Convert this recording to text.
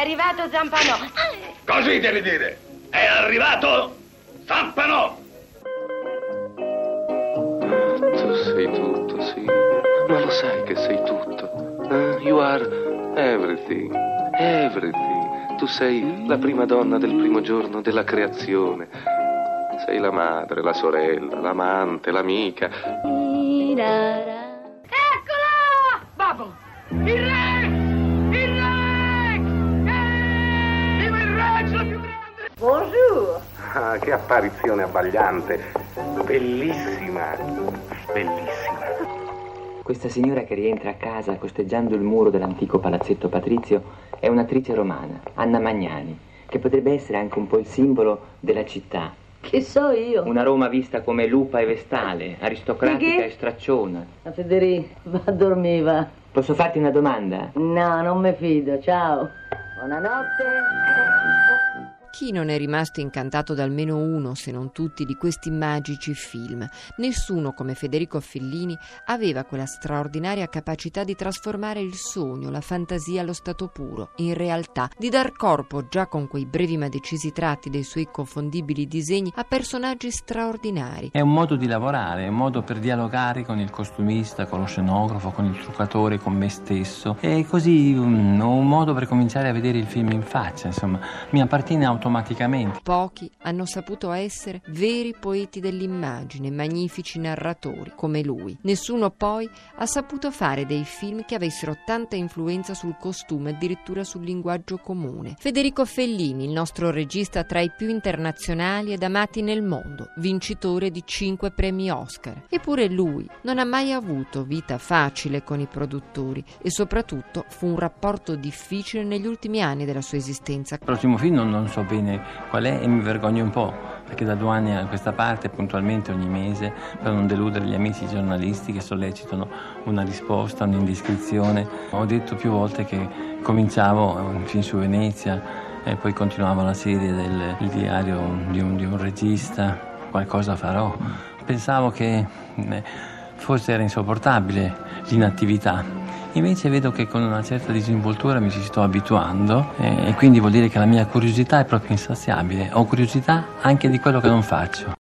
arrivato Zampanò. Così devi dire. È arrivato Zampanò. Tu sei tutto, sì. Ma lo sai che sei tutto. You are everything. Everything. Tu sei la prima donna del primo giorno della creazione. Sei la madre, la sorella, l'amante, l'amica. Eccola! Babbo! Il re! Il re! Viva il re, ce la più grande! Buongiorno! Ah, che apparizione abbagliante. Bellissima. Bellissima. Questa signora che rientra a casa costeggiando il muro dell'antico palazzetto patrizio è un'attrice romana, Anna Magnani, che potrebbe essere anche un po' il simbolo della città. Che so io? Una Roma vista come lupa e vestale, aristocratica e stracciona. La Federica, va a dormire, va. Posso farti una domanda? No, non mi fido, ciao. Buonanotte. Chi non è rimasto incantato da almeno uno, se non tutti, di questi magici film? Nessuno, come Federico Fellini, aveva quella straordinaria capacità di trasformare il sogno, la fantasia allo stato puro, in realtà, di dar corpo, già con quei brevi ma decisi tratti dei suoi inconfondibili disegni, a personaggi straordinari. È un modo di lavorare, è un modo per dialogare con il costumista, con lo scenografo, con il truccatore, con me stesso. È così un modo per cominciare a vedere il film in faccia, insomma, mi appartiene automaticamente. Pochi hanno saputo essere veri poeti dell'immagine, magnifici narratori come lui. Nessuno poi ha saputo fare dei film che avessero tanta influenza sul costume, addirittura sul linguaggio comune. Federico Fellini, il nostro regista tra i più internazionali ed amati nel mondo, vincitore di 5 premi Oscar. Eppure lui non ha mai avuto vita facile con i produttori e soprattutto fu un rapporto difficile negli ultimi anni della sua esistenza. Il prossimo film non so bene qual è e mi vergogno un po', perché da 2 anni a questa parte, puntualmente ogni mese, per non deludere gli amici giornalisti che sollecitano una risposta, un'indiscrezione, ho detto più volte che cominciavo un film su Venezia e poi continuavo la serie del il diario di un regista, qualcosa farò. Pensavo che forse era insopportabile l'inattività. Invece vedo che con una certa disinvoltura mi ci sto abituando e quindi vuol dire che la mia curiosità è proprio insaziabile. Ho curiosità anche di quello che non faccio.